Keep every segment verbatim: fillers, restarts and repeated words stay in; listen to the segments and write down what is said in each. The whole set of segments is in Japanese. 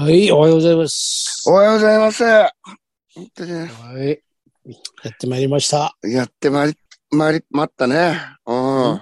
はい、おはようございます。 おはようございます。本当にね。 はい。やってまいりました。 やってまいり、まいり、まったね。うん。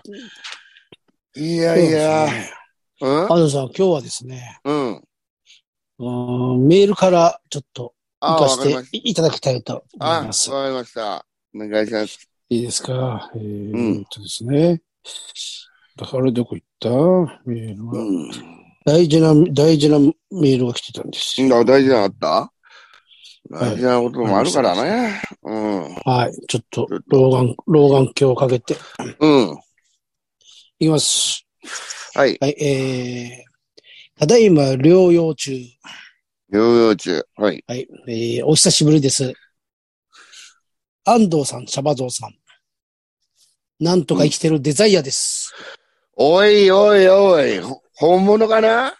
いやそうですいや。 ね。 うん安藤さん、今日はですね、 うん。 うーんメールからちょっとああ、 行かせわかりましていただきたいとた。あ、 思います。 わかりました。お願いします。 いいですか。えうん。 ーっとですね。だからどこ行ったメールうが。 ん。 大事な、大事なメールが来てたんですよ。 あ、大事なのあったはい。 大事なことありまもあるからしたですね。 ね。うん。 はい。ちょっと、 ちょっと。 老眼、老眼鏡をかけて、 うん。 いきます。 はい。 はい。えー、ただいま療養中。 療養中。はい。 はい。えー、お久しぶりです。安藤さん、シャバゾウさん。なんとうん。 か生きてるデザイアです。 おいおいおい。ほ本物かな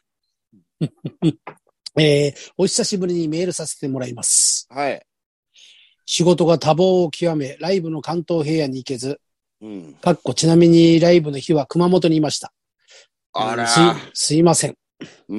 えー、お久しぶりにメールさせてもらいます。 はい。 仕事が多忙を極め、ライブの関東平野に行けず、 うん。 かっこちなみにライブの日は熊本にいました。えあー、すい、 ら。 すいません。 うん。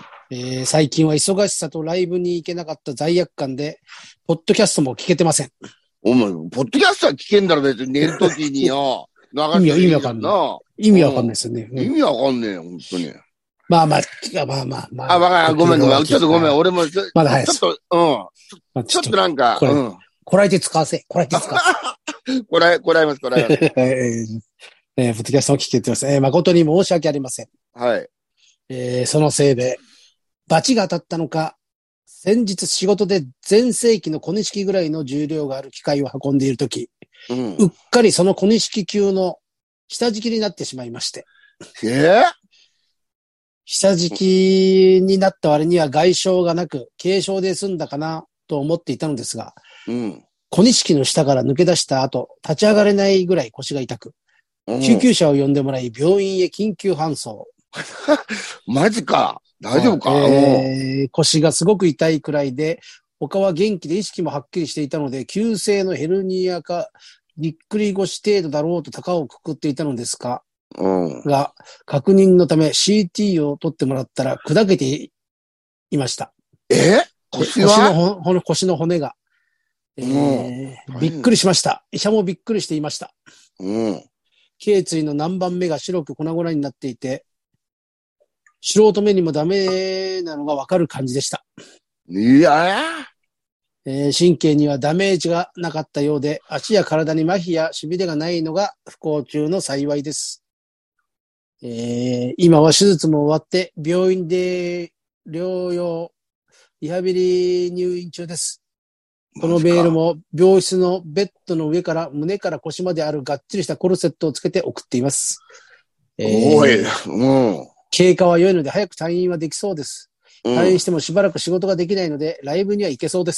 えー、最近は忙しさとライブに行けなかった罪悪感で、ポッドキャストも聞けてません。 お前、ポッドキャストは聞けんだろ、別に寝るときによ。流意味は、 しときゃいいじゃ意味わかんない。 んな。 意味わかんないうん。 ですよね。うん、 意味わかんねえよ、本当に。 まあまあ、まあまあまあ、 あ、 わかんごめんごめん。ちょっとごめん。俺もちょ、 まだ早いです。 ちょっと、うん。 まあ、ちちょっょっと、 となんか、 これ、 うん。 こらえて使わせ。こらえて使わせ。 こらえ、こらえます、こらえます。 えーえー、ポッドキャストを聞けてます。えー、誠に申し訳ありません。 はい。 えー、そのせいで、罰が当たったのか、先日仕事で全盛期の小錦ぐらいの重量がある機械を運んでいるとき、 うん。 うっかりその小錦級の下敷きになってしまいまして、 え下敷きになった割には外傷がなく、軽傷で済んだかなと思っていたのですが、 ー、うん。 小錦の下から抜け出した後、立ち上がれないぐらい腰が痛く、 うん。 救急車を呼んでもらい、病院へ緊急搬送。 マジか。大丈はい。 夫か。うん。 えー、腰がすごく痛いくらいで、他は元気で意識もはっきりしていたので、急性のヘルニアか、ぎっくり腰程度だろうと高をくくっていたのですが、 うん。 が、確認のため シーティー を取ってもらったら砕けていました。 えで腰の腰は骨、腰の骨が、えうん。 ー、びっくり大変だ。 しました。医者もびっくりしていました。 うん。 頸椎の何番目が白く粉々になっていて、素人目にもダメなのがわかる感じでした。 いやえー神経にはダメージがなかったようで、足や体に麻痺や痺れがないのが不幸中の幸いです。えー今は手術も終わって、病院で療養、リハビリ入院中です。このマジか。 メールも病室のベッドの上から胸から腰まであるがっちりしたコルセットをつけて送っています。 おい。 えーうん。 経過は良いので早く退院はできそうです。 うん。 退院してもしばらく仕事ができないので、ライブには行けそうです。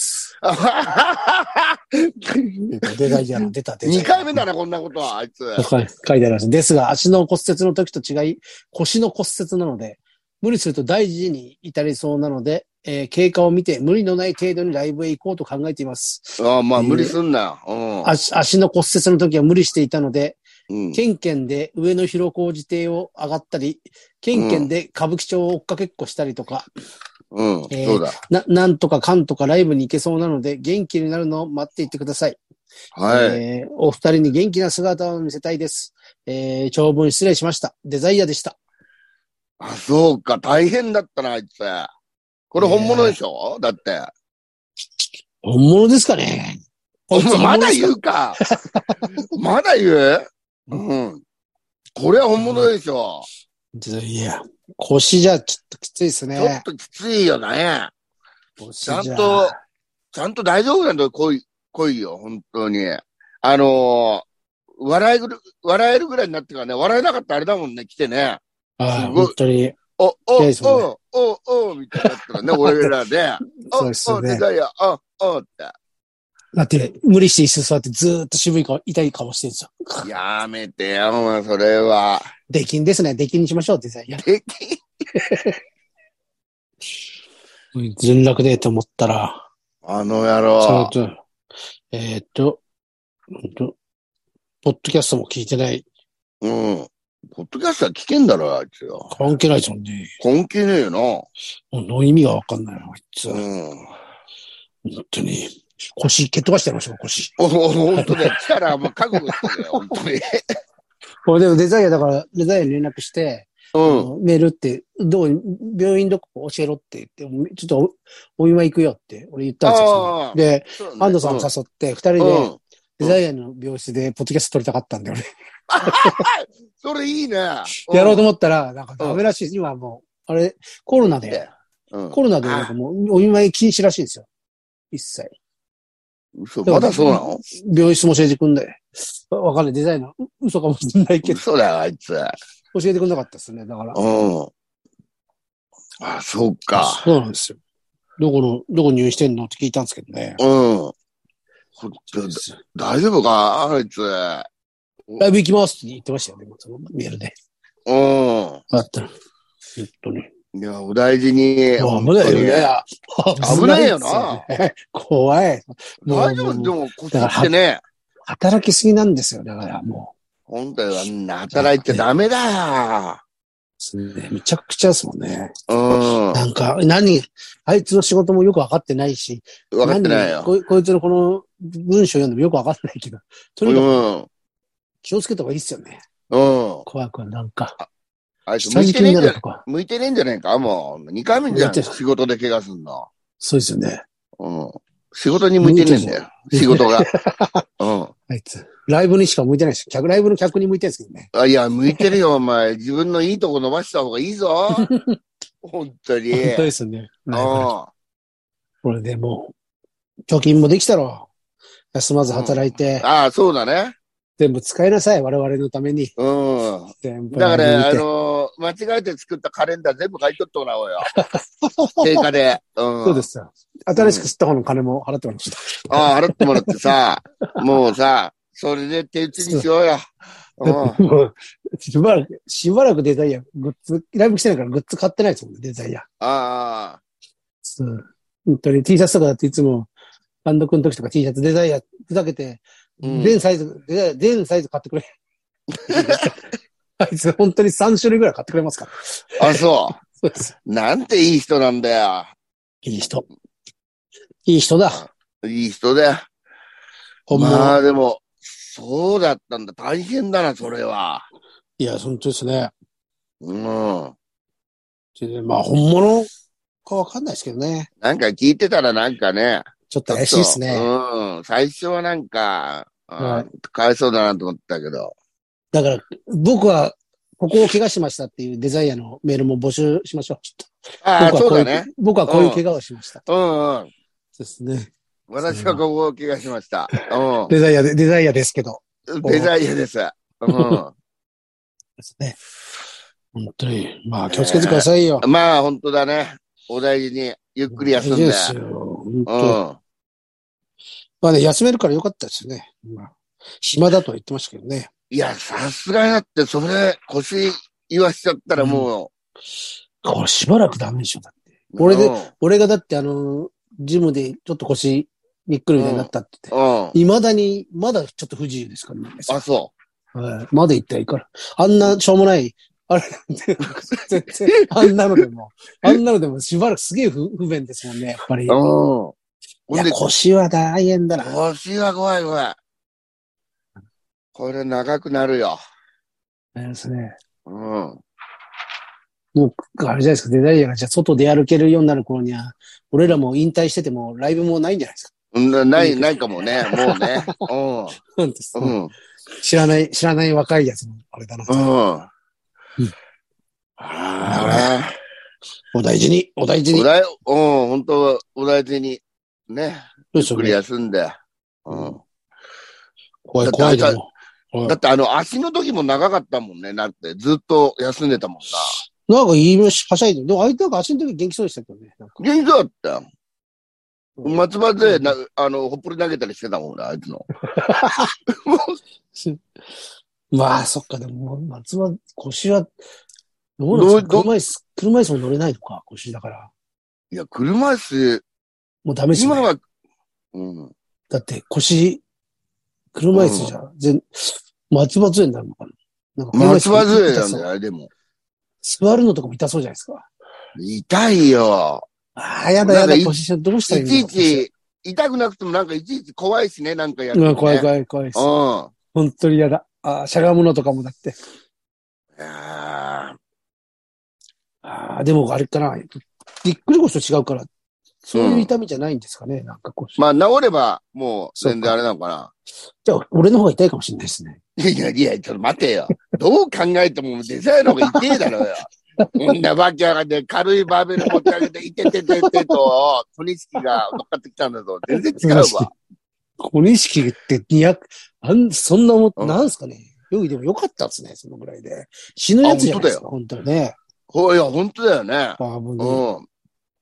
出た、デザイアの、出た、デザ二イアの。 回目だな、こんなことは、あいつ。 書いてあります。ですが、足の骨折の時と違い、腰の骨折なので、無理すると大事に至りそうなので、えー経過を見て無理のない程度にライブへ行こうと考えています。 ああ、まあ、無理えーすんなよ。 足足の骨折の時は無理していたので、 うん。うん。 ケンケンで上野広小路邸を上がったり、ケンケンで歌舞伎町を追っかけっこしたりとか、 うん。 えーそうだ。 な、なんとかかんとかライブに行けそうなので、元気になるのを待っていてください。 はい。 えーお二人に元気な姿を見せたいです。えー長文失礼しました。デザイアでした。 あ、そうか。大変だったな、あいつ。これ本物でえーしょだって。 本物ですかね。こいつお前、まだ本物ですか。 言うか。まだ言ううん。これは本物でしょ。 いや、腰じゃちょっときついですちょっね。 ときついよね。ちゃ腰じゃ。 んと、ちゃんと大丈夫なんだよ、来い、来いよ、本当に。あのー笑える、笑えるぐらいになってからね、笑えなかったらあれだもんね、来てね。すああ、 ごい、 本当に。 お、お、 嫌ですもんね。 お、お、お、みたいになったらね、俺らで、 そうですお、お、でよね。 かいや、お、おって。 だって、無理して椅子座ってずーっと渋い顔、痛い顔してるんですよ。 やめてよ、お前、それは。 出禁ですね。出禁にしましょう、デザイア。 でき、 全楽でと思ったら、 あの野郎。 ちょっと、えーっと、ほんとポッドキャストも聞いてない。 うん。 ポッドキャストは聞けんだろ、あいつよ。 関係ないですもんね。 関係ねえよな。 もうの意味がわかんないな、あいつ。 うん。 本当に。腰蹴っ飛ばしてましたよ、腰。 お、ほんとね、来たらもう覚悟してね、本当に。 これでもデザイアだから、デザイアに連絡して、 うんあ。メールって、どう、病院どこ教えろって言って、ちょっとお、お見舞い行くよって俺言ったんですよ。 ああ。 で、 そうね安藤さんを誘って、二人でうん。 デザイアの病室でポッドキャスト撮りたかったんで、俺。 それいいね。 やろうと思ったら、なんかダメらしいです。今はもう、あれ、コロナで、 うん。 コロナでなんかもうお見舞い禁止らしいんですよ。一切。 嘘、まだそうなの？ 病室も教えてくんない。わわかんない。デザイナー。う嘘かもしれないけど。 嘘だよ、あいつ。 教えてくんなかったですね。だから。 うん。あ、そうか。 そうなんですよ。どこの、どこ入院してんのって聞いたんですけどね。 うん。ほんと大丈夫かあいつ。 ライブ行きますって言ってましたよね。そのメールで。 うん。 あったら。本当に。 いや、お大事に。 もう危ないよね。 危ないよな。 怖い。 大丈夫でも、こっちってね。 働きすぎなんですよ。だからもう。本当よ。あんな働いてダメだよ。 ね、めちゃくちゃですもんね。 うん。 なんか、何、あいつの仕事もよくわかってないし。 わかってないよ。 こ、こいつのこの文章読んでもよくわかんないけど。とにかく、気をつけた方がいいっすよね。 うん。 怖くはなんか。 あいつ向いてねえんじゃ、向いてねえんじゃねえかもう、二回目じゃん。仕事で怪我すんの。 そうですよね。 うん。仕事に向いてねえんだよ。仕事が。うん。 あいつ。ライブにしか向いてないです。客、ライブの客に向いてるんですけどね。 あ、いや、向いてるよ、お前。自分のいいとこ伸ばした方がいいぞ。本当に。 本当ですよね。 うん。 これでもう、貯金もできたろ。休まず働いて。 うん、ああ、そうだね。 全部使いなさい、我々のために。 うん。 全部だから、あのー、間違えて作ったカレンダー全部買い取ってもらおうよ。定価で。うん。 そうですよ。新しく吸った方の金も払ってもらいました。 ああ、払ってもらってさ、もうさ、それで手打ちにしようよ。 うん。もう、しばらく、しばらくデザイア、グッズ、ライブしてないからグッズ買ってないですもんね、デザイア。 ああ。 そう。本当に T シャツとかだっていつも、バンド組の時とか T シャツデザイア、ふざけて、うん、全サイズ、全サイズ買ってくれ。あいつ本当にさん種類ぐらい買ってくれますから。 あ、そう。 そうです。 なんていい人なんだよ。 いい人。いい人だ。 いい人だよ。まあでも、そうだったんだ。大変だな、それは。 いや、本当ですね。 うん。 まあ、本物かわかんないですけどね。 なんか聞いてたらなんかね。 ちょっと怪しいですね。 うん。最初はなんか、はい、かわいそうだなと思ったけど。 だから、僕は、ここを怪我しましたっていうデザイアのメールも募集しましょう。ちょっと。 ああ、そうだね。 僕はこういう怪我をしました。 うん、うん、うん。 ですね。 私はここを怪我しました。うん。 デザイアで、デザイアですけど。 デザイアです。うん。 ですね。本当に。まあ、気をつけてくださいよ。 えー、まあ、本当だね。お大事に、ゆっくり休んで。 ですよ。本当。うん。まあね、休めるからよかったですね。まあ、暇だとは言ってましたけどね。 いや、さすがにだって、それ、腰言わしちゃったらもう。うん、 これしばらくダメでしょ、だって。俺で、うん、俺がだってあの、ジムでちょっと腰、びっくりみたいになったって言って。うん。未だに、まだちょっと不自由ですからね。 あ、そう。 はい。まだ言ってはいいから。あんなしょうもない、あれ、全然、あんなのでも、あんなのでもしばらくすげえ不不便ですもんね、やっぱり。うん。いや、腰は大変だな。 腰は怖い怖い。これ長くなるよ。 あれですね。 うん。もう、あれじゃないですか、デザイアがじゃあ外で歩けるようになる頃には、俺らも引退しててもライブもないんじゃないですか。 なない、ないかもね、もうね。うん。 うん。知らない、知らない若いやつもあれだな。うん。うん。ああ。お大事に、お大事に。 お大、うん、本当お大事に。ね。ゆっくり休んで。うん。 怖い怖いでも。 だってあの足の時も長かったもんね。だってずっと休んでたもんな。なんか言いまし、はしゃいで。でも相手なんか足の時元気そうでしたけどね。 元気そうだったよ。松葉でな、あの、ほっぽり投げたりしてたもんね、あいつの。 まあ、そっか、でも、松葉、腰は、どうなんですか？車椅子、車椅子も乗れないのか、腰だから。 いや、車椅子、 もうダメですね。 今のは、うん。 だって腰、車椅子じゃ、全、松葉杖になるのかな。 なんか車椅子松葉杖なんだよ、 痛そうあれでも。 座るのとかも痛そうじゃないですか。 痛いよ。 ああ、やだやだ、 なんかいポジションどうしたらいいんだいちろいうち、痛くなくてもなんかいちいち怖いしね、なんかやるうん、 とね。 怖い怖い怖いです。 うん。 本当に嫌だ。ああ、しゃがむのとかもだって。 いやーああ、でもあれかな。ぎっくり腰と違うから、そういう痛みじゃないんですかね、なんかこう。 まあ治れば、もう全然あれなのかな。 じゃあ、俺の方が痛いかもしれないですね。 いやいや、ちょっと待てよ。どう考えてもデザインの方が痛えだろうよ。こんなわけわかんない軽いバーベル持ち上げて、いててててと、小錦が乗っかってきたんだと、全然違うわ。 小錦ってにひゃく、あん、そんなもん、 うんなんすかね。よいでもよかったっすね、そのぐらいで。死ぬやつじゃないですか、 あ本当にね。 ほいや、本当だよね。 バーブに。 うん。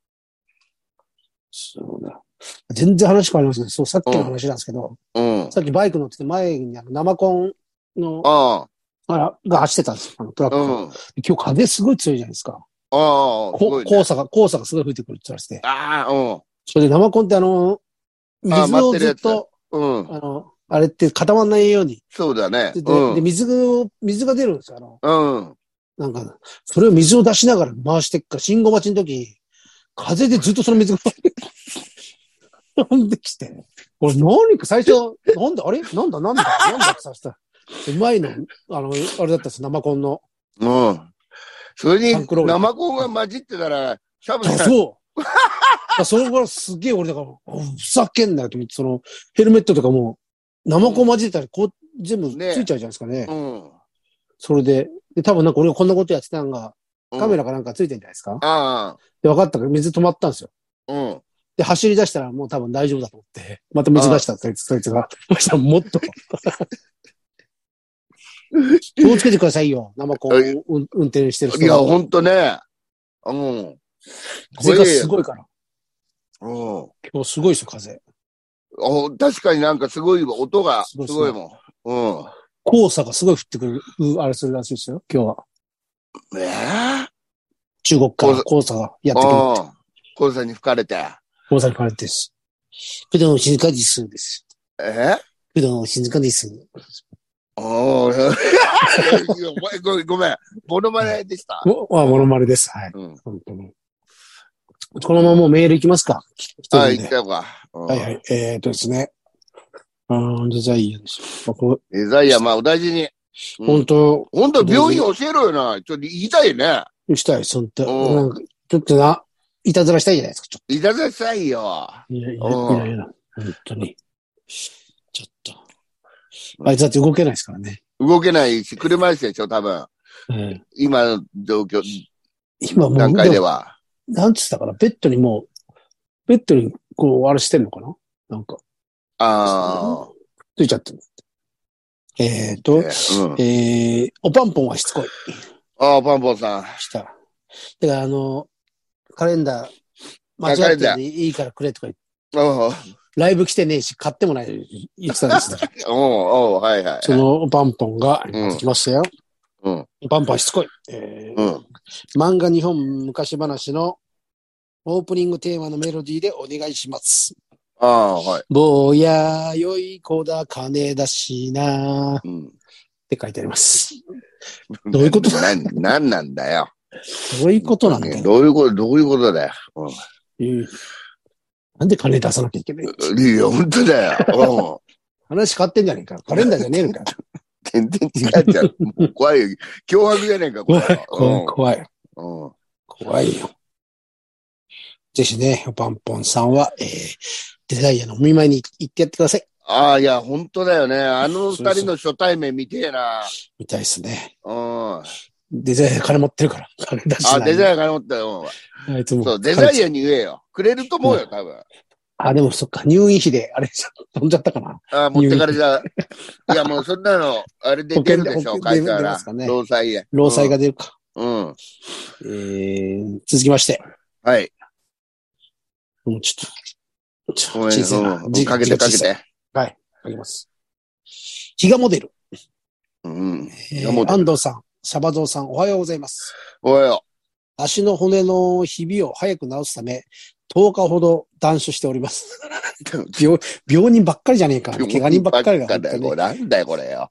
そうだ。全然話変わりますね。そう、さっきの話なんですけど、 うん。 さっきバイク乗ってて前にあの生コンの、 ああら、が走ってたんですよ、あのトラッあ。 クが。 うん。 今日風すごい強いじゃないですか。 ああ、すごいね。 こ黄砂が、黄砂がすごい吹いてくるって言われて。 ああ、うん。 それで生コンってあの、 あ水をずっと、 うん。 あの、あれって固まらないように。 そうだね。 で、 うん。 で水を、水が出るんですよ。あの、 うん。 なんか、それを水を出しながら回してっから、信号待ちの時、風でずっとその水が飛んできて、俺何か最初、なんだ、あれなんだ、なんだ、なんだってさせた。前の、あの、あれだったんですよ、生コンの。 うん。それにタンクローリー生コンが混じってたら、シャブあ、そう。それからすげえ俺だから、ふざけんなよと思って、その、ヘルメットとかも、生コン混じってたら、こう、全部ついちゃうじゃないですかね。 うん。 それで、で、多分なんか俺がこんなことやってたのが、カメラかなんかついてんじゃないですか。 ああ。 で、分かったから水止まったんですよ。 うん。 で、走り出したらもう多分大丈夫だと思って、また水出したそいつ、そいつが。そしたらもっと。気をつけてくださいよ。生コンを運運転してる人。 いや、ほんとね。うん。 風がすごいから。 うん。 今日すごいですよ、風。 お確かになんかすごいわ音がすすごいっすねごいもん。うん。 黄砂がすごい降ってくる、うあれするらしいですよ、今日は。 ええ中国から黄砂がやってくるって。 うん。黄砂に吹かれて。 黄砂に変わるです。普段静かですです。 え普段静かです。 おーごめん、ごめん。モノマネでした。 も、あ、モノマネです。はい。 うん。 本当に。このままもうメールいきますか。 あ、行っちゃおうか。 はいはい。えー、っとですね。うん、デザイアです。こデザイア、まあ、お大事に。 うん、本当本当病院教えろよな。ちょっと言いたいね。 したいです、本当うんなんかちょっとな、いたずらしたいじゃないですか、ちょっいたずらしたいよ。 と。いやいや、 うんいやいや、本当に。ちょっと。あいつだって動けないですからね。 動けないし、車椅子でしょ、多分。 うん、 今の状況、 今もう、 段階では。 なんつったかな、ベッドにもう、ベッドにこう、あれしてんのかななんか。 ああ。 ついちゃってる。えっ、ー、と、 うん、 えー、おパンポンはしつこい。 ああ、パンポンさん。 した。だからあの、カレンダー、間違ってでいいからくれとか言って、 おうライブ来てねえし、買ってもない言ってたんですよ。 おうおうはいはい、はい。 そのおパンポンが、来ましたよ。 うん。 おパンポンはしつこい。えーうん。 漫画日本昔話のオープニングテーマのメロディーでお願いします。 ああ、はい。 坊やよい子だ金だしな、 うん、 って書いてあります。どういうことな、なんなんだよ。 どういうことなんだよ。 どういうこと、どういうことだよ。うん 、なんで金出さなきゃいけないいや、本当だよ。 話変わってんじゃねえか。カレンダーじゃねえのか。 全然違うじゃん。もう怖いよ。脅迫じゃねえか、 怖い。怖い。怖い。 うん、 怖いよ。ぜひね、パンポンさんは、えー、デザイアのお見舞いに行ってやってください。 ああ、いや、本当だよね。あの二人の初対面見てえな。 見たいですね。 うん。 デザイア金持ってるから。金出しない。 あ、デザイア金持ったよ。 あいつも。 そう、デザイアに言えよ。くれると思うよ、多分。 あ、でもそっか、入院費で、あれ、飛んじゃったかな。 あ、持ってかれちゃう。いや、もうそんなの、あれで出るでしょ、会社から。労災へ。 労災が出るか。 うん。 えー、続きまして。 はい。 もうちょっと、ちょっと、小さいな。かけてかけて。 はい、かけます。ヒガモデル。 うん。 えー、安藤さん、シャバゾウさん、おはようございます。 おはよう。足の骨のひびを早く治すため、とおかほど断酒しております。病、病人ばっかりじゃねえか。怪我人ばっかりが、 ね。なんだよ、これよ。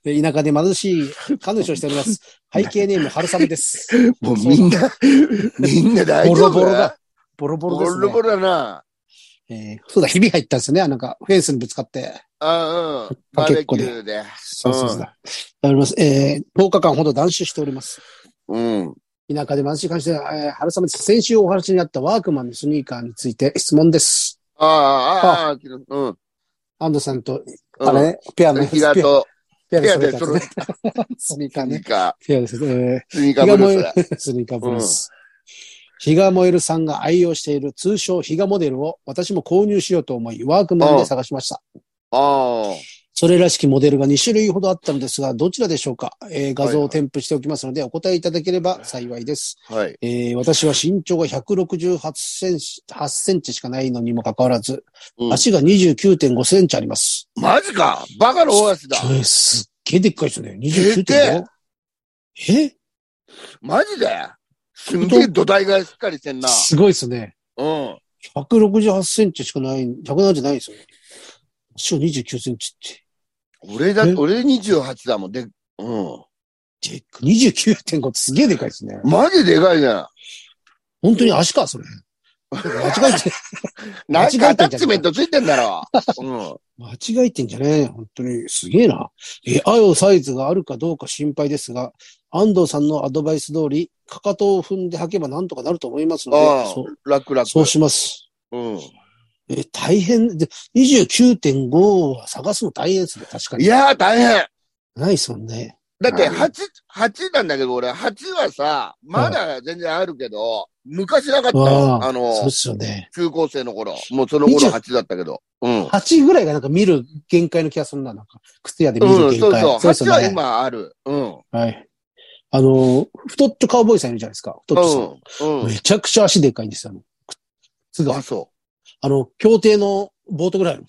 え田舎で貧しい彼女をしております。背景ネーム、春雨です。 もうみんな、みんな大ボ丈夫ロボロだ。ボロボロボですね。 ロボロだな。 えー、そうだ、ひび入ったんですよね。なんか、フェンスにぶつかって。 あうん。バーベキューで。 そうそうそう。あります。えー、とおかかんほど断酒しております。 うん。 田舎で貧しい感じで、えー、春雨です。先週お話にあったワークマンのスニーカーについて質問です。 ああ、ああ、うん。 安藤さんと、あれ、ね、うん、ペアの、 日がと、 ペアで揃えた、ね、スニーカーね。 スニーカー。 ペアです。えー、 スニーカーブルス。スニーカーブルス。比嘉燃えるさんが愛用している通称比嘉モデルを私も購入しようと思い、ワークマンで探しました。 ああ。 それらしきモデルがに種類ほどあったのですが、どちらでしょうか、えー、画像を添付しておきますので、お答えいただければ幸いです。 はい。 えー、私は身長がひゃくろくじゅうはちセンチ、はちセンチしかないのにもかかわらず、うん、足が にじゅうきゅうてんごセンチあります。 マジかバカの大足だ。 すっげえでっかいですね。にじゅうきゅうてんご? えマジですんげえ土台がしっかりしてんな。 すごいですね。 うん。 ひゃくろくじゅうはちセンチしかない、ひゃくななじゅうないですよね。足がにじゅうきゅうセンチって。 俺だ、俺にじゅうはちだもん。で、うん。 で、にじゅうきゅうてんごってすげえでかいですね。 マジでかいじゃん。 本当に足か、それ。間違えて。 なんかアタッチメントついてんだろ。 うん。間違えてんじゃねえ。本当に、すげえな。え、合うサイズがあるかどうか心配ですが、安藤さんのアドバイス通り、かかとを踏んで履けばなんとかなると思いますので、 ああそう楽々。 そうします。 うん。 え、大変で、にじゅうきゅうてんご は探すの大変ですね、確かに。 いやー、大変。 ないっすもんね。 だって、はち、はちなんだけど、俺、はちはさ、まだ全然あるけど、昔なかったああの、 そうっすよね。 中高生の頃。もうその頃はちだったけど。うん。 はちぐらいがなんか見る限界の気がするな、なんか。靴屋で見る限界。 うん、そうそう。はちはね、 今ある。うん。 はい。あの、太っちょカウボーイさんいるじゃないですか。太っちょさん。うん。うん、めちゃくちゃ足でかいんですよ。靴が。 あ、そう。 あの、競艇のボートぐらいあるんです。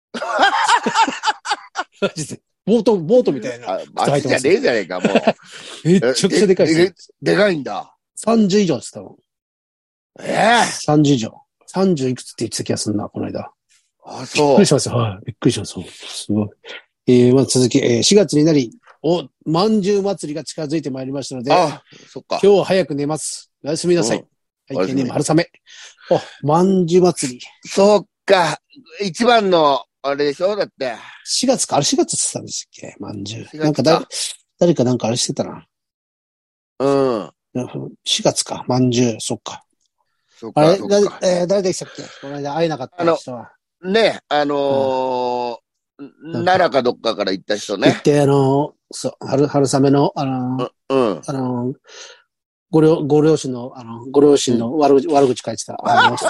マジで。ボート、ボートみたいな。 足じゃねえじゃねえか、もう。 めちゃくちゃでかいです。 でかいんだ。 さんじゅう以上です、多分。 ええー、 さんじゅう以上。さんじゅういくつって言ってた気がするな、この間。 あ、そう。 びっくりしますよ。はい。びっくりします。すごい。えー、まあ続き、えー、しがつになり、お、まんじゅう祭りが近づいてまいりましたので、 あ、そっか。 今日は早く寝ます。おやすみなさい。うん、はい、ね、春雨。お、まんじゅう祭り。 そっか。一番の、あれでしょだって。 しがつか、あれしがつって言ってたんですっけまんじゅう。なんか誰、誰かなんかあれしてたな。 うん。 しがつか、まんじゅう、そっか。 そっか。 あれ、誰、えー、誰でしたっけこの間会えなかった人は。 あの、ね、あのー、うん、奈良かどっかから行った人ね。 行って、あのー、そう、春、春雨の、あのー、うん、あのー、ご両、ご両親の、あの、ご両親の悪口、うん、悪口書いてた。あの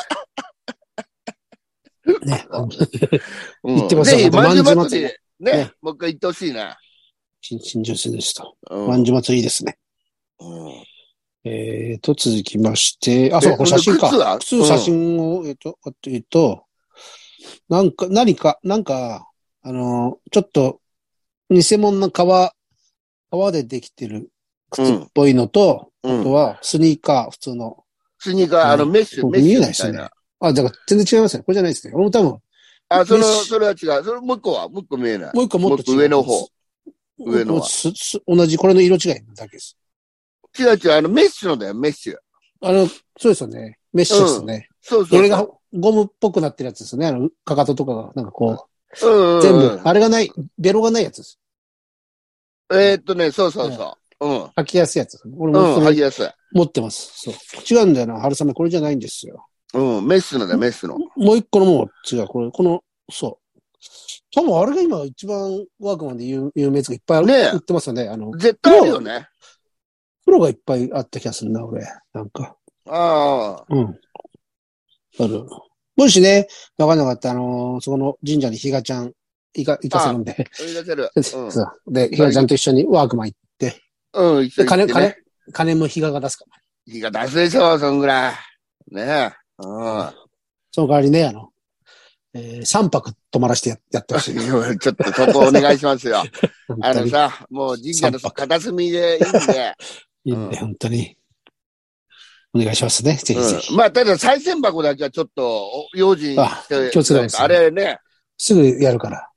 ね。言ってますよ。 ぜひ、まんじゅう祭り、ね、ね、もう一回行ってほしいな。 新、新女性ですと。まんじゅう祭りいいですね。うん、えーと、続きまして、あ、そうか、これ写真か。靴写真を、えっと、えっと、なんか、何か、なんか、あの、ちょっと、偽物の革、革でできてる靴っぽいのと、うん、あとは、スニーカー、普通の。 スニーカー、あの、メッシュ、メッシュ。 見えないですね。あ、だから全然違いますね。これじゃないですね。俺も多分。 あ、その、それは違う。それもう一個は、もう一個見えない。 もう一個もっと違う。 上の方。上のは。 同じ、これの色違いだけです。 違う違う、あの、メッシュのだよ、メッシュ。 あの、そうですよね。メッシュですよね。 うん、そうそうそう。 それがゴムっぽくなってるやつですよね。あの、かかととかが、なんかこう。うんうんうん、 全部、あれがない、ベロがないやつです。 えー、っとね、そうそうそう。うん。 履きやすいやつ。 俺もうん、履きやすい。 持ってます。そう。違うんだよな、春雨。これじゃないんですよ。 うん、メッシュのだよ、メッシュの。 もう一個のも違う。これ、この、そう。多分あれが今一番ワークマンで有有名やつがいっぱいある、ね、売ってますよね。あの、 絶対あるよね。 黒がいっぱいあった気がするな、俺。なんか。 ああ。 うん。ある。もしね、わかんなかった、あのー、そこの神社にひがちゃん、行か、行かせるんで。 行かせる。 うん、そう。で、ひがちゃんと一緒にワークマン行って。 うん、一緒に行って、ね。 金、金、金もひがが出すから。 ひが出すでしょ、そんぐらい。ねえ。うん。 その代わりね、あの、えー、三泊泊まらせてややってほしい。 ちょっとそこお願いしますよ。あのさ、もう神社の片隅でいいんで。 いいんで、うん、本当に。お願いしますね。ぜひぜひ。 うん、まあ、ただ、賽銭箱だけはちょっと、用心して。 気をつけないです、 あれね。 すぐやるから。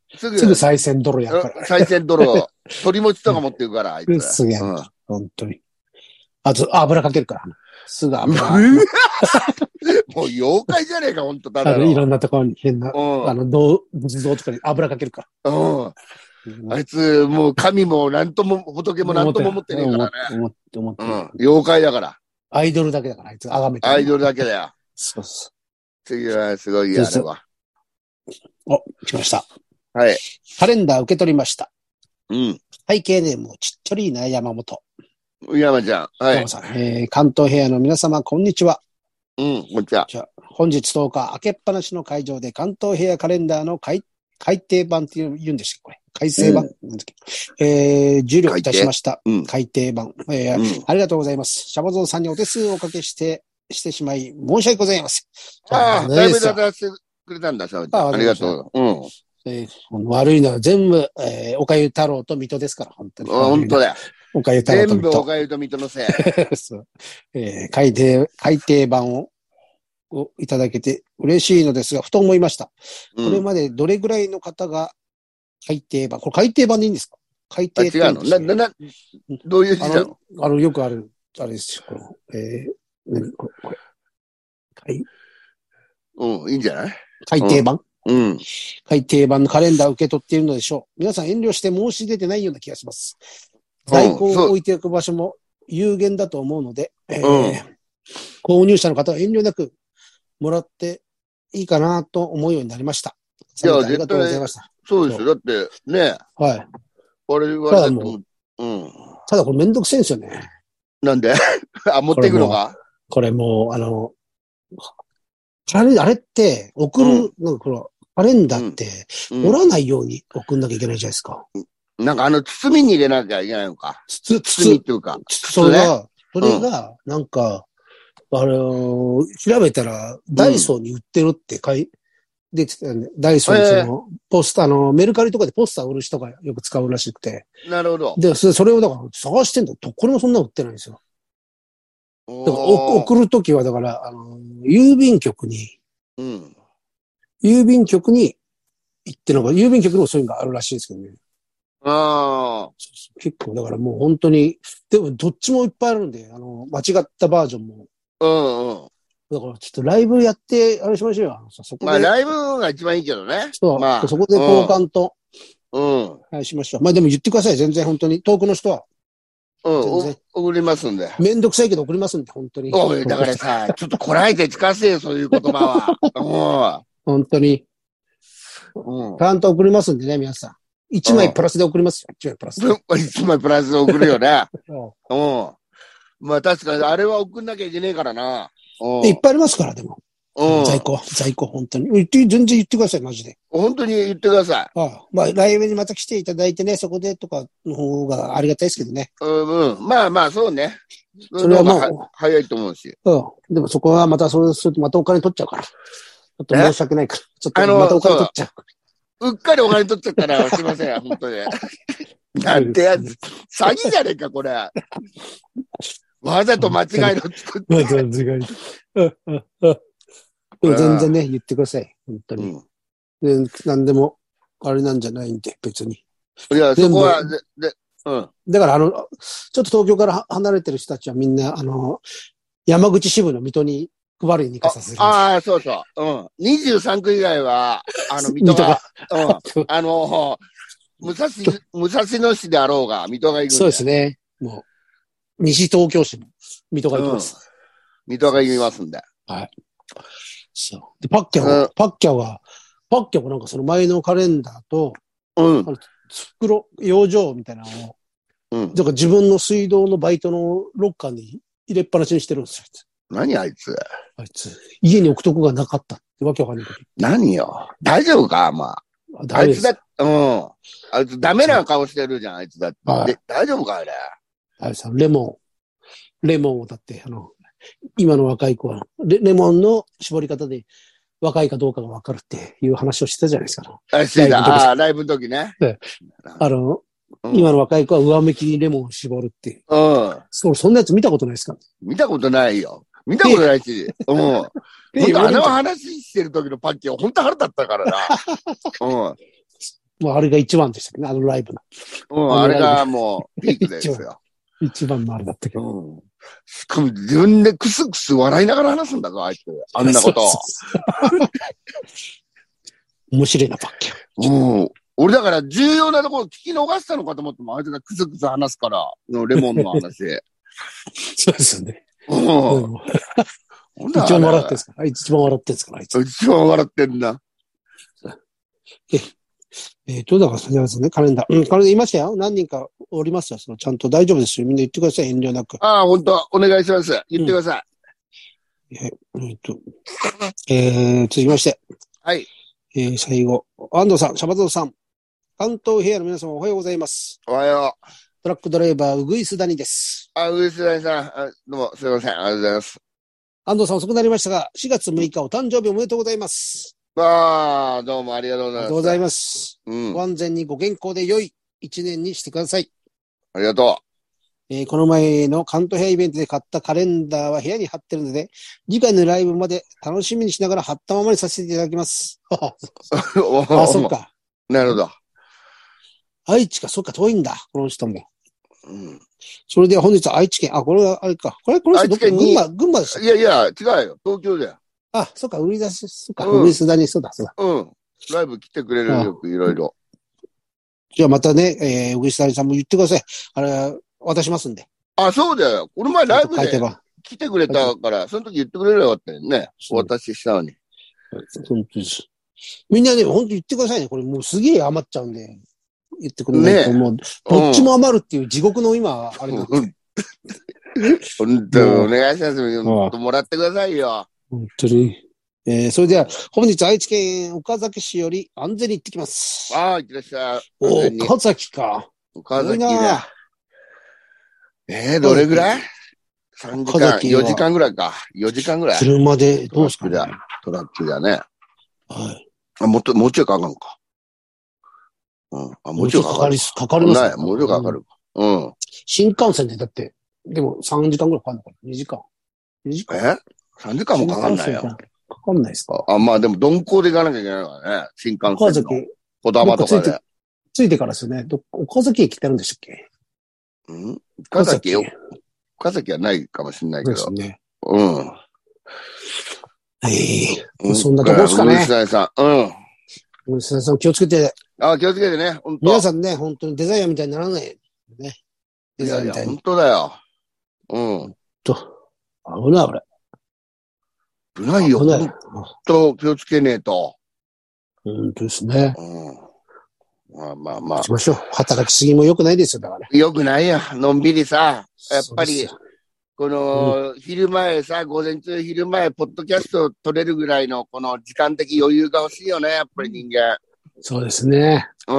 すぐ、 すぐ再銭泥やるから。 再銭泥、鳥餅とか持ってるから、あいつ。 すぐやる。 うん本当に。あと、油かけるから。すぐ油。 もう妖怪じゃねえか、ほんと、たあだの。 のいろんなところに変な、 うんあの、銅、仏像とかに油かけるかうん。 ら。 あいつ、もう神もなんとも、仏もなんとも思ってねえからね。 思って、思って、 うん思って。 妖怪だから。 アイドルだけだから、あいつ、あがめてるの。 アイドルだけだよ。 そうそ次はすごいや、あれは。 う。お、来ました。 はい。 カレンダー受け取りました。 うん。 背景ネーム、ちっちゃりな山本。 山ちゃん。はい。 山さん、えー、関東平野の皆様、こんにちは。 うん、こんにちは。 じゃあ、本日とおか、開けっぱなしの会場で関東平野カレンダーの改、改訂版って言うんでしたっけこれ。改正版、うん、なんだっけえー、受領いたしました。 うん、 改訂版、えーうん。ありがとうございます。シャバゾウさんにお手数をおかけして、してしまい、申し訳ございません。 ああ、だいぶだだしてくれたんだ、シャバちゃん。ありがとう。うん。 えー、悪いのは全部、えー、おかゆ太郎と水戸ですから、本当に。 本当だよ。 おかゆ太郎と水戸。 全部おかゆと水戸のせい。 そう。えー、改訂、改訂版を、をいただけて嬉しいのですが、ふと思いました。うん、これまでどれぐらいの方が改訂版、これ改訂版でいいんですか？改訂って、 ね。違うのな、な、な、どういう字なの？ あの、あのよくある、あれですよ、この、えー、何これ、これ。改うん、いいんじゃない？ 改訂版、 うん、うん。 改訂版のカレンダーを受け取っているのでしょう。皆さん遠慮して申し出てないような気がします。在庫を置いておく場所も有限だと思うので、うん、えー、購入者の方は遠慮なくもらっていいかなと思うようになりました。 いや、 ありがとうございました。 そうですよ。だって、ね。 はい。 これ言われたもうん。ただこれめんどくせえんですよね。 なんであ、持っていくのかこれもう、あの、あれ、あれって、送る、うん、なんかこの、カレンダーって、折らないように送んなきゃいけないじゃないですか。 うん、なんかあの、包みに入れなきゃいけないのか。 包みっていうか。 それが、それが、なんか、あのー、調べたら、ダイソーに売ってるって書い、出てたんで、ダイソーにその、ポスター、あの、メルカリとかでポスター売る人がよく使うらしくて。 なるほど。 で、それをだから探してんだと、これもそんな売ってないんですよ。だから送るときは、だから、あの、郵便局に、 うん。 郵便局に行ってなんか、郵便局にもそういうのがあるらしいですけどね。 ああ。 結構、だからもう本当に、でもどっちもいっぱいあるんで、あの、間違ったバージョンも。 うんうん。 だからちょっとライブやって、あれしましょうよ。そこで。 まあライブが一番いいけどね。 そう。 まあ、 そこで交換と。 うん。 はい、しましょう。まあでも言ってください。全然本当に。遠くの人は。 うん。送りますんで。 めんどくさいけど送りますんで、本当に。 おい、だからさ、ちょっとこらえて使わせよ、そういう言葉は。 うん。本当に。 うん。 ちゃんと送りますんでね、皆さん。一枚プラスで送りますよ。一枚プラスで。 一枚プラスで送るよね。うん。まあ確かに、あれは送んなきゃいけねえからな。 いっぱいありますから、でも。 うん。 在庫、在庫、本当に。言って、全然言ってください、マジで。 本当に言ってください。 ああ。まあ、ライブにまた来ていただいてね、そこでとかの方がありがたいですけどね。 うん、うん。まあまあ、そうね。 それはもう。 早いと思うし。 うん。でもそこはまた、そうするとまたお金取っちゃうから。ちょっと申し訳ないから。ちょっとまたお金取っちゃう。 うっかりお金取っちゃったら、すいません、本当に。なんてやつ。詐欺じゃねえか、これ。わざと間違いの作って。 わざと間違い。でも全然ね、言ってください。本当に。うん、で何でも、あれなんじゃないんで、別に。 いや、そこは、で、で、うん。 だから、あの、ちょっと東京から離れてる人たちはみんな、あの、山口支部の水戸に配りに行かさせる。 ああ、そうそう。うん。にじゅうさんく以外は、あの、水戸が、うん。あの、武蔵、武蔵野市であろうが、水戸が行くんだよ。 そうですね。もう、西東京市も水戸が行きます。 うん、水戸が行きますんで。 はい。そう。で、パッキャは、うん、パッキャは、パッキャもなんかその前のカレンダーと、 うん。 あの袋、養生みたいなのを、 うん。 だから自分の水道のバイトのロッカーに入れっぱなしにしてるんですよ。 何あいつ。 あいつ。家に置くとこがなかったってわけわかんないけど。 何よ。大丈夫かまあ。あ, あいつだ、うん。あいつダメな顔してるじゃん、あいつだって。はい、大丈夫かあれ。 あれさ、レモン。レモンをだって、あの、今の若い子はレ、レモンの絞り方で若いかどうかがわかるっていう話をしてたじゃないですか。 あ、してた。あ、ライブの時ね。 で、あの、うん、今の若い子は上向きにレモンを絞るっていう。 うん。 そ, そんなやつ見たことないですか？ 見たことないよ。見たことないし。うん。本当あの話してる時のパッキーは本当腹立ったからな。うん。 もうあれが一番でしたけどね、あのライブの。 うん、あれがもうピークですよ。 一番のあれだったけど。 うん。しかも自分でクスクス笑いながら話すんだぞ、あいつ。あんなこと。 そうそうそう面白いな、バッキャ。 うん。俺だから重要なところ聞き逃したのかと思っても、あいつがクスクス話すから、レモンの話。 そうですよね。 うん。 一番笑ってんすかあいつ一番笑ってんすかあいつ。 一番笑ってんな。 え、えっと、だからそれですね、カレンダー。うん、カレンダー言いましたよ。何人かおりますよ。そのちゃんと大丈夫ですよ。みんな言ってください。遠慮なく。 ああ、本当お願いします。言ってください。 うん、ええっと、えー、続きまして。 はい。 えー、最後。安藤さん、シャバゾウさん。関東平野の皆様おはようございます。 おはよう。 トラックドライバー、うぐいすだにです。 あ、うぐいすだにさん。あ、どうも、すいません。ありがとうございます。 安藤さん遅くなりましたが、しがつむいかお誕生日おめでとうございます。 ああ、どうもありがとうございます。 ありがとうございます。 うん。 ご安全にご健康で良い一年にしてください。 ありがとう。えー、この前の関東平イベントで買ったカレンダーは部屋に貼ってるので、次回のライブまで楽しみにしながら貼ったままにさせていただきます。あ、そっか。 なるほど。 愛知か、そっか、遠いんだ。この人も。 うん。 それでは本日は愛知県、あ、これはあれか。これ、この人どこ群馬、群馬でした。 いやいや、違うよ。東京だよ。 あ、そっか、売り出し、そっか、売り出しだに、そうだ、そうだ。 うん。ライブ来てくれるよ、いろいろ。 じゃあまたね、えー、うぐいすだにさんも言ってください。あれ、渡しますんで。 あ、そうだよ。この前ライブで来てくれたから、その時言ってくれればよかったよね。お渡ししたのに。 本当です。みんなね、本当言ってくださいね。これもうすげえ余っちゃうんで。言ってくれないと、もう、どっちも余るっていう地獄の今、あれなんです。 本当お願いします。ももらってくださいよ。 本当に。えー、それでは、本日愛知県岡崎市より安全に行ってきます。 ああ、行ってらっしゃい。 岡崎か。 岡崎だ。えー、どれぐらい ?さん 時間、よじかんぐらいか。よじかんぐらい。 車でどうですかね。 トラックだね。 はい。 あ、もっと、もうちょいかかんか。うん。あ、もうちょいかかる。 かかりますね。 もうちょいかかる。うん。 新幹線でだって、でもさんじかんぐらいかかるのかな ?に 時間。にじかん。 え ?さん 時間もかかんないよ。 かかんないですかあ、まあでも鈍行で行かなきゃいけないからね。新幹線の。 岡崎。 こだまとかで。 ついてからですよね。ど、岡崎駅ってあるんでしたっけうん岡崎よ。岡崎はないかもしれないけど。 そうですね。 うん。 はい。うん、そんなとこですかね。 うぐいすだにさん。うん。 うぐいすだにさん気をつけて。 あ、気をつけてね。本当。 皆さんね、本当にデザイアーみたいにならない。ね。 デザイアみたいに。本当だよ。うん。 と。危ない、俺。 危ないよ。本当気をつけねえと。 本当ですね。 うん。まあまあまあ。 しましょう。働きすぎも良くないですよ、だから。 良くないよ。のんびりさ。やっぱり、この、昼前さ、午前中昼前、ポッドキャスト撮れるぐらいの、この時間的余裕が欲しいよね、やっぱり人間。 そうですね。 うん。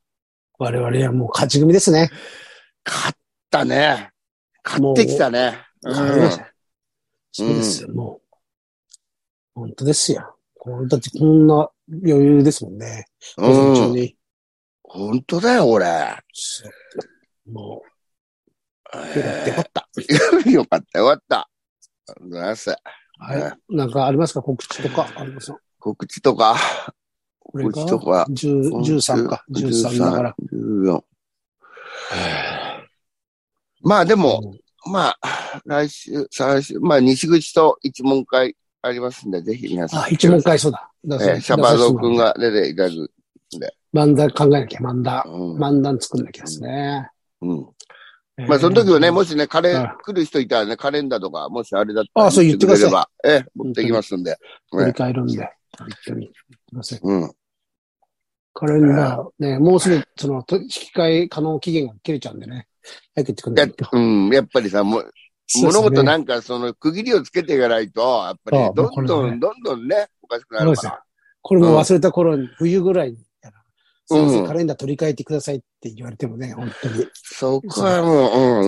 我々はもう勝ち組ですね。 勝ったね。勝ってきたね。 うん。そうですよ、もう。本当ですよ。だってこんな余裕ですもんね。午前中に。 本当だよ、俺。 もう。よかった、よかった。 よかった、よかった。ありがとうございます。 はい。なんかありますか告知とかありますか告知とか。 告知とか。じゅう、じゅうさんか。じゅうさんだから。じゅうよん。 まあでも、まあ、来週、再来週、まあ西口と一問会ありますんで、ぜひ皆さん。 あ、一問会そうだ。 えー、シャバゾウくんが出ていただくんで。 漫談考えなきゃ、漫談。漫談作んなきゃですね。 うん。まあその時はね、もしね、カレー来る人いたらね、カレンダーとか、もしあれだったら。 あ、そう言ってください。え、持ってきますんで。 振り返るんで。一緒に。 うん。 カレンダー、ね、もうすぐ、その、引き換え可能期限が切れちゃうんでね。早く言ってくんないと。 うん、やっぱりさ、もう、物事なんかその区切りをつけていかないと、やっぱりどんどんどんどんね、おかしくなるから。 これも忘れた頃に、冬ぐらいに、先生カレンダー取り替えてくださいって言われてもね、本当に。 そこはもう、うん、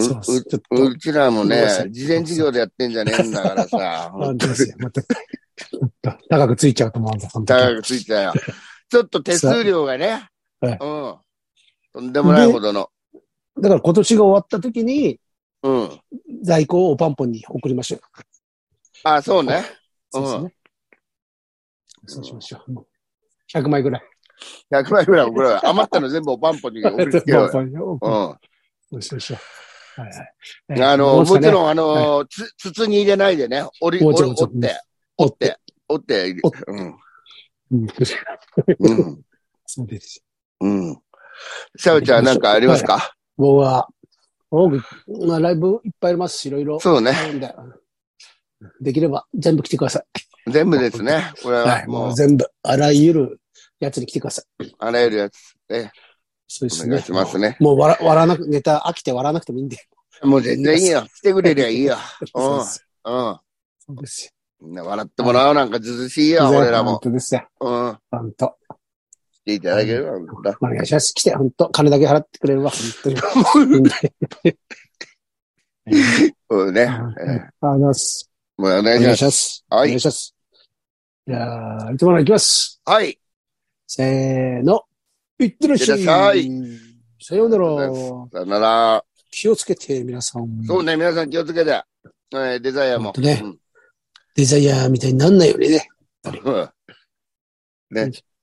うちらもね、事前授業でやってんじゃねえんだからさ。 本当ですよ。また、高くついちゃうと思うんだ、 本当に。高くついちゃうよ。ちょっと手数料がね、うん。とんでもないほどの。 だから今年が終わった時に、 うん。 在庫をおパンポンに送りましょう。 ああ、そうね。 そうですね。そうしましょう。ひゃくまいぐらい。 ひゃくまいぐらい送ろうよ。余ったの全部おパンポに送りつけようよ。うん。 よしよし。はいはい。 あの、もちろん、あの、 つ、筒に入れないでね、折り、折って、折って、折って、うん。うん。 そうです。 うん。さおちゃんなんかありますか？ 僕は、僕、まあ、ライブいっぱいありますし、いろいろ。 そうね。 できれば全部来てください。 全部ですね。これはもう。もう全部、あらゆるやつに来てください。 あらゆるやつ。え。 そうですね。 お願いしますね。 もう笑、笑わなく、ネタ飽きて笑わなくてもいいんで。 もう全然いいよ。来てくれりゃいいよ。うん。うん。 そうですよ。 みんな笑ってもらうなんかずずしいよ、俺らも。 本当ですよ。うん。本当。 来ていただければ、 お願いします。来て、本当金だけ払ってくれれば、本当に。 そうね。 あのす。 もうお願いします。 はい。お願いします。じゃあ、いつものいきます。 はい。 せーの。いってらっしゃい。 いってらっしゃい。 さようなら。 さよなら。 気をつけて、皆さん。 そうね、皆さん気をつけて。デザイアも。 ね。デザイアみたいになんないようにね。 ね。